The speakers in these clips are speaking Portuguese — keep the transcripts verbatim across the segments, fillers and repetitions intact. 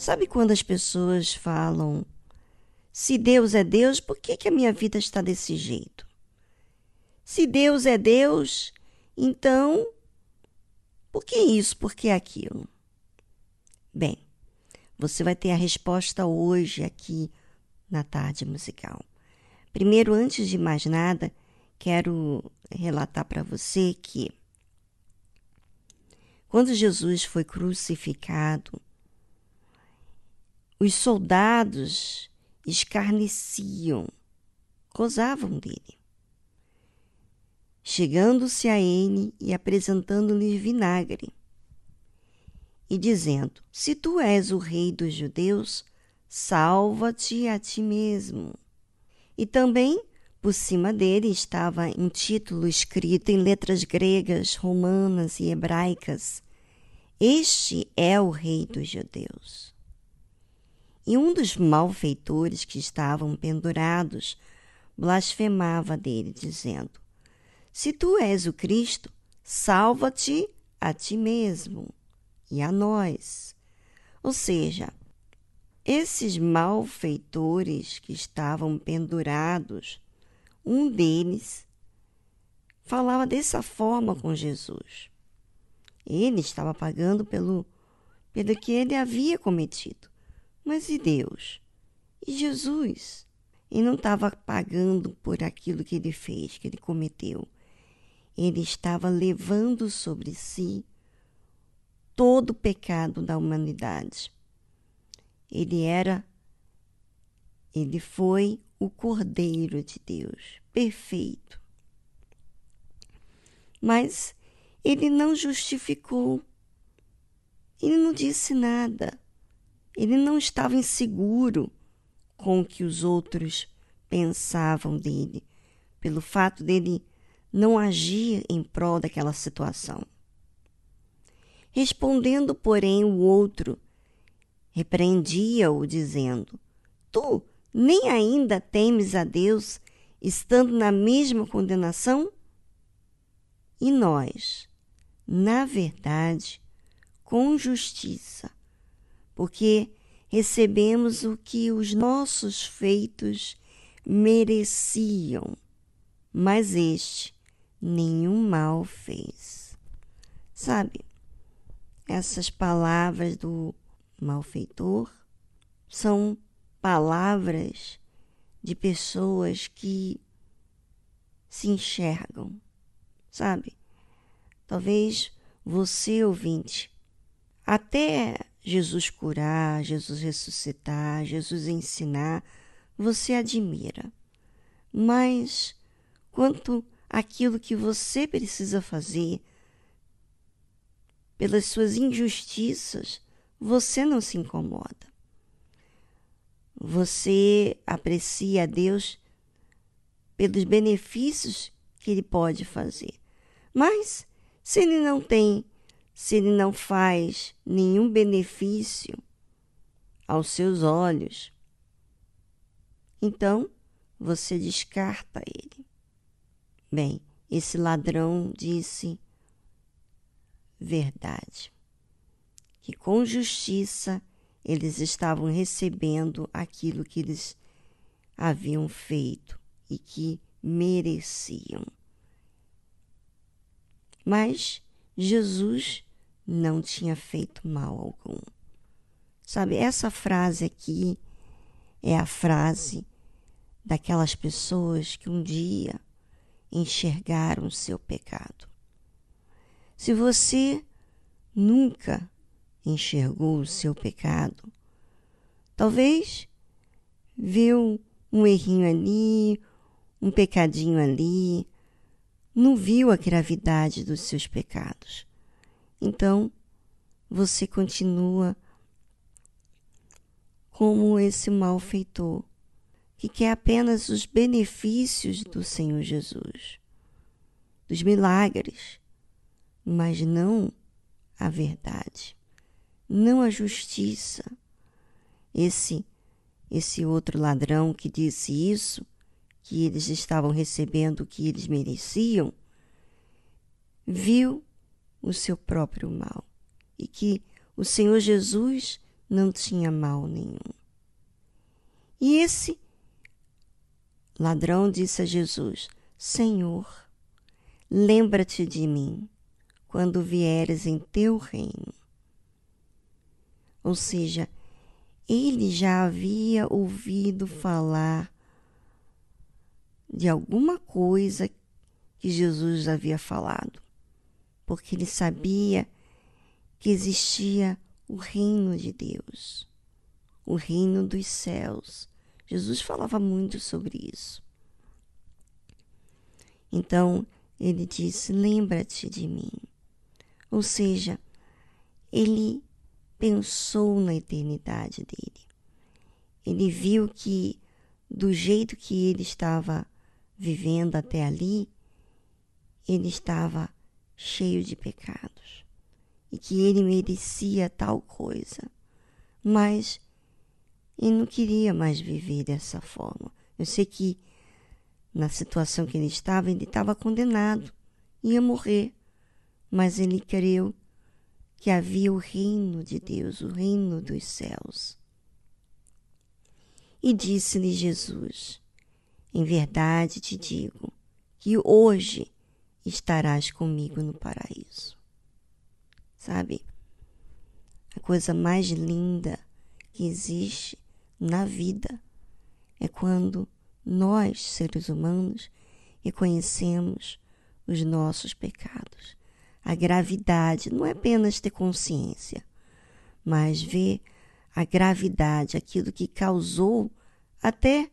Sabe quando as pessoas falam, se Deus é Deus, por que, que a minha vida está desse jeito? Se Deus é Deus, então, por que isso, por que aquilo? Bem, você vai ter a resposta hoje aqui na Tarde Musical. Primeiro, antes de mais nada, quero relatar para você que quando Jesus foi crucificado, os soldados escarneciam, gozavam dele, chegando-se a ele e apresentando-lhe vinagre, e dizendo, se tu és o rei dos judeus, salva-te a ti mesmo. E também, por cima dele, estava um título escrito em letras gregas, romanas e hebraicas, este é o rei dos judeus. E um dos malfeitores que estavam pendurados blasfemava dele, dizendo, se tu és o Cristo, salva-te a ti mesmo e a nós. Ou seja, esses malfeitores que estavam pendurados, um deles falava dessa forma com Jesus. Ele estava pagando pelo, pelo que ele havia cometido. Mas e Deus? E Jesus? Ele não estava pagando por aquilo que ele fez, que ele cometeu. Ele estava levando sobre si todo o pecado da humanidade. Ele era, ele foi o Cordeiro de Deus, perfeito. Mas ele não justificou, ele não disse nada. Ele não estava inseguro com o que os outros pensavam dele, pelo fato dele não agir em prol daquela situação. Respondendo, porém, o outro, repreendia-o, dizendo, tu nem ainda temes a Deus, estando na mesma condenação? E nós, na verdade, com justiça, porque recebemos o que os nossos feitos mereciam, mas este nenhum mal fez. Sabe, essas palavras do malfeitor são palavras de pessoas que se enxergam, sabe? Talvez você, ouvinte, até Jesus curar, Jesus ressuscitar, Jesus ensinar, você admira. Mas quanto àquilo que você precisa fazer, pelas suas injustiças, você não se incomoda. Você aprecia a Deus pelos benefícios que Ele pode fazer. Mas, se Ele não tem, se Ele não faz nenhum benefício aos seus olhos, então você descarta Ele. Bem, esse ladrão disse verdade, que com justiça eles estavam recebendo aquilo que eles haviam feito e que mereciam. Mas Jesus não tinha feito mal algum. Sabe, essa frase aqui é a frase daquelas pessoas que um dia enxergaram o seu pecado. Se você nunca enxergou o seu pecado, talvez viu um errinho ali, um pecadinho ali, não viu a gravidade dos seus pecados. Então, você continua como esse malfeitor, que quer apenas os benefícios do Senhor Jesus, dos milagres, mas não a verdade, não a justiça. Esse, esse outro ladrão que disse isso, que eles estavam recebendo o que eles mereciam, viu o seu próprio mal e que o Senhor Jesus não tinha mal nenhum. E esse ladrão disse a Jesus: Senhor, lembra-te de mim quando vieres em teu reino. Ou seja, ele já havia ouvido falar de alguma coisa que Jesus havia falado, porque ele sabia que existia o reino de Deus, o reino dos céus. Jesus falava muito sobre isso. Então, ele disse: lembra-te de mim. Ou seja, ele pensou na eternidade dele. Ele viu que, do jeito que ele estava vivendo até ali, ele estava cheio de pecados e que ele merecia tal coisa. Mas ele não queria mais viver dessa forma. Eu sei que na situação que ele estava, ele estava condenado, ia morrer, mas ele creu que havia o reino de Deus, o reino dos céus. E disse-lhe Jesus: em verdade te digo que hoje estarás comigo no paraíso. Sabe? A coisa mais linda que existe na vida é quando nós, seres humanos, reconhecemos os nossos pecados. A gravidade não é apenas ter consciência, mas ver a gravidade, aquilo que causou até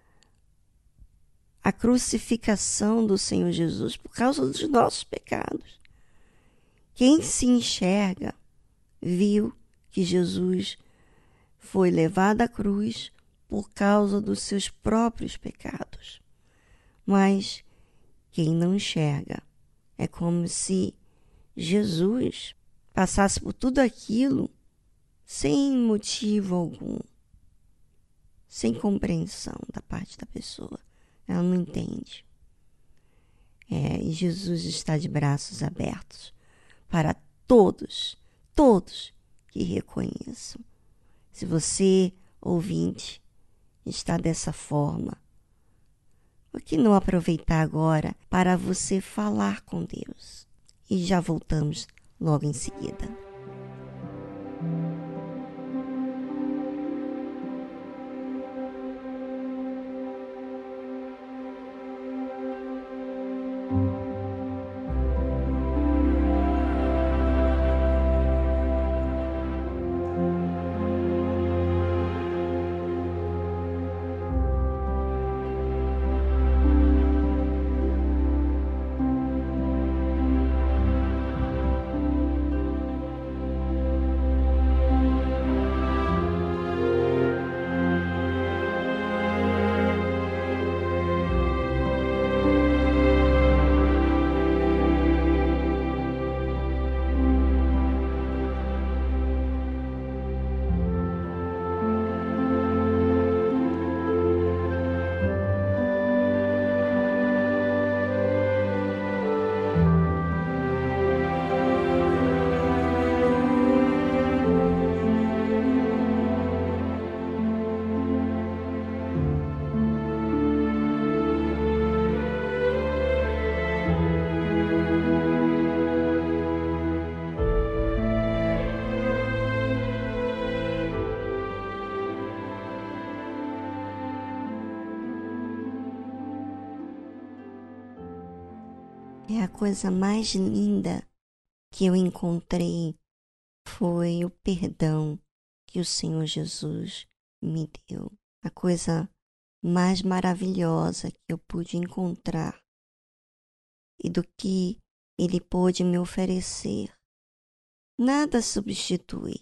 a crucificação do Senhor Jesus por causa dos nossos pecados. Quem se enxerga viu que Jesus foi levado à cruz por causa dos seus próprios pecados. Mas quem não enxerga, é como se Jesus passasse por tudo aquilo sem motivo algum, sem compreensão da parte da pessoa. Ela não entende. É, e Jesus está de braços abertos para todos, todos que reconheçam. Se você, ouvinte, está dessa forma, por que não aproveitar agora para você falar com Deus? E já voltamos logo em seguida. É a coisa mais linda que eu encontrei foi o perdão que o Senhor Jesus me deu. A coisa mais maravilhosa que eu pude encontrar e do que Ele pôde me oferecer. Nada substitui.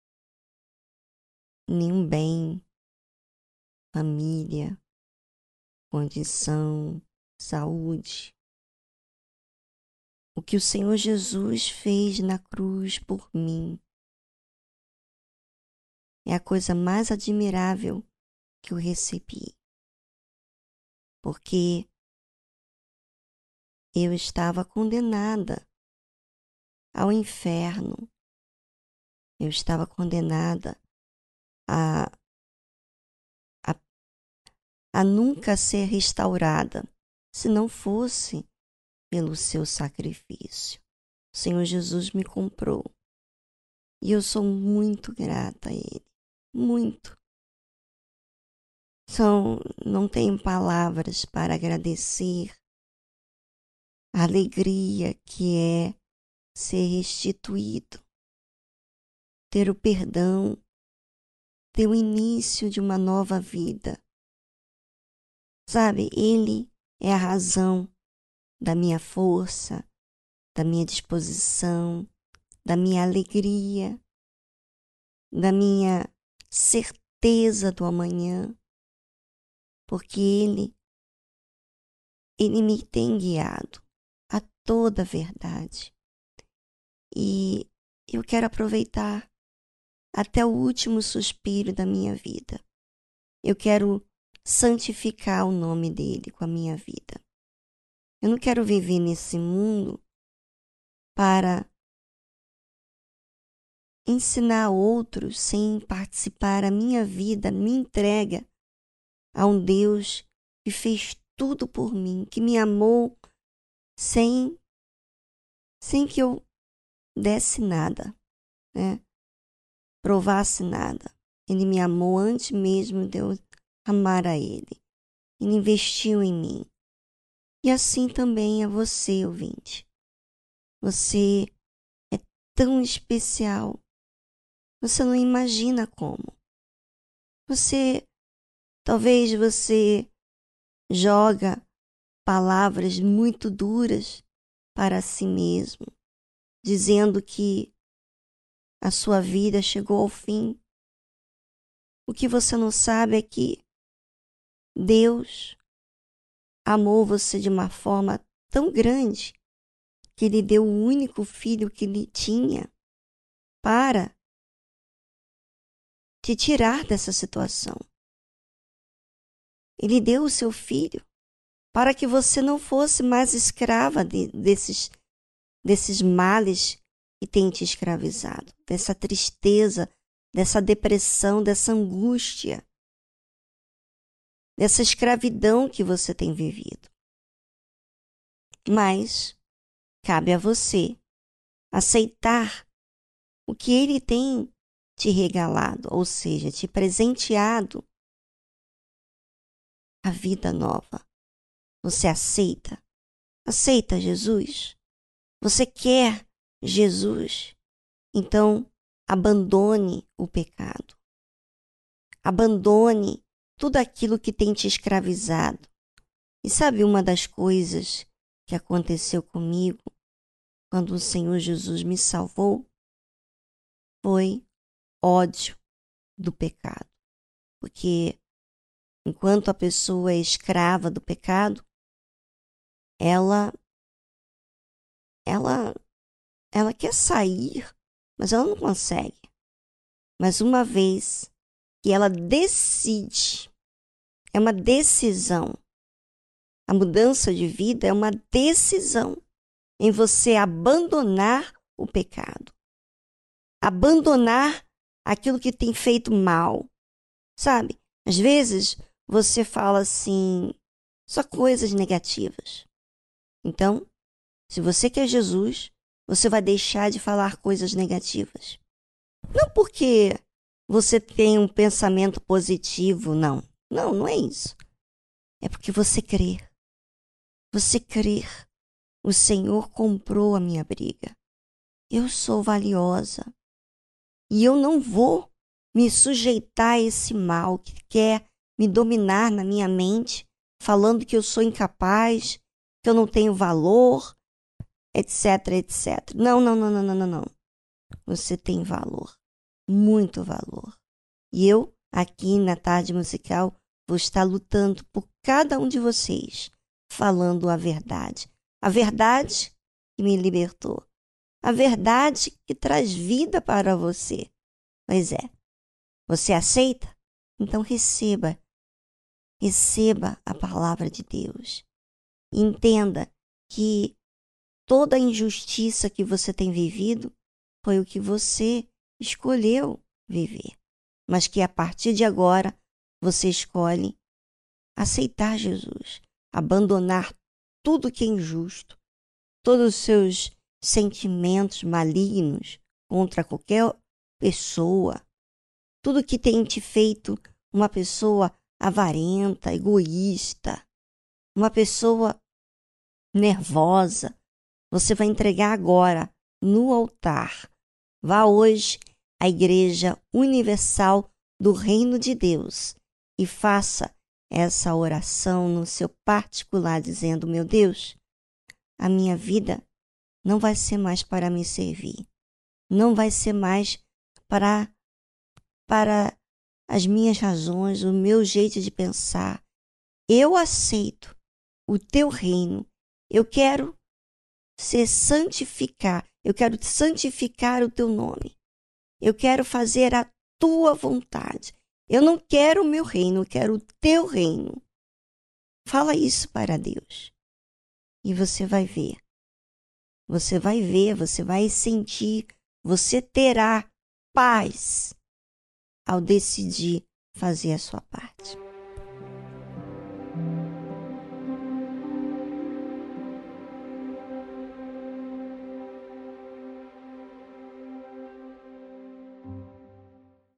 Nenhum bem, família, condição, saúde. O que o Senhor Jesus fez na cruz por mim é a coisa mais admirável que eu recebi. Porque eu estava condenada ao inferno. Eu estava condenada a, a, a nunca ser restaurada se não fosse pelo seu sacrifício. O Senhor Jesus me comprou e eu sou muito grata a Ele, muito. São, não tenho palavras para agradecer a alegria que é ser restituído, ter o perdão, ter o início de uma nova vida. Sabe, Ele é a razão da minha força, da minha disposição, da minha alegria, da minha certeza do amanhã, porque Ele, Ele me tem guiado a toda a verdade. E eu quero aproveitar até o último suspiro da minha vida. Eu quero santificar o nome dele com a minha vida. Eu não quero viver nesse mundo para ensinar outros sem participar. A minha vida me entrega a um Deus que fez tudo por mim, que me amou sem, sem que eu desse nada, né? Provasse nada. Ele me amou antes mesmo de eu amar a Ele. Ele investiu em mim. E assim também é você, ouvinte. Você é tão especial. Você não imagina como. Você, talvez você joga palavras muito duras para si mesmo, dizendo que a sua vida chegou ao fim. O que você não sabe é que Deus amou você de uma forma tão grande que Ele deu o único filho que Ele tinha para te tirar dessa situação. Ele deu o seu filho para que você não fosse mais escrava de, desses, desses males que tem te escravizado, dessa tristeza, dessa depressão, dessa angústia, dessa escravidão que você tem vivido. Mas cabe a você aceitar o que Ele tem te regalado, ou seja, te presenteado a vida nova. Você aceita? Aceita Jesus? Você quer Jesus? Então, abandone o pecado. Abandone tudo aquilo que tem te escravizado. E sabe uma das coisas que aconteceu comigo quando o Senhor Jesus me salvou? Foi ódio do pecado. Porque enquanto a pessoa é escrava do pecado, ela ela ela quer sair, mas ela não consegue. Mas uma vez que ela decide, é uma decisão. A mudança de vida é uma decisão em você abandonar o pecado. Abandonar aquilo que tem feito mal. Sabe? Às vezes você fala assim, só coisas negativas. Então, se você quer Jesus, você vai deixar de falar coisas negativas. Não porque você tem um pensamento positivo, não. Não, não é isso. É porque você crê. Você crê. O Senhor comprou a minha briga. Eu sou valiosa. E eu não vou me sujeitar a esse mal que quer me dominar na minha mente, falando que eu sou incapaz, que eu não tenho valor, etc, etcétera. Não, não, não, não, não, não, não. Você tem valor. Muito valor. E eu, aqui na Tarde Musical, vou estar lutando por cada um de vocês, falando a verdade. A verdade que me libertou. A verdade que traz vida para você. Pois é. Você aceita? Então receba. Receba a palavra de Deus. E entenda que toda a injustiça que você tem vivido foi o que você escolheu viver. mas que a partir de agora você escolhe aceitar Jesus, abandonar tudo que é injusto, todos os seus sentimentos malignos contra qualquer pessoa, tudo que tem te feito uma pessoa avarenta, egoísta, uma pessoa nervosa, você vai entregar agora no altar. Vá hoje à Igreja Universal do Reino de Deus e faça essa oração no seu particular, dizendo: meu Deus, a minha vida não vai ser mais para me servir, não vai ser mais para, para as minhas razões, o meu jeito de pensar. Eu aceito o teu reino, eu quero ser santificar, eu quero santificar o teu nome, eu quero fazer a tua vontade. Eu não quero o meu reino, eu quero o teu reino. Fala isso para Deus. E você vai ver. Você vai ver, você vai sentir, você terá paz ao decidir fazer a sua parte.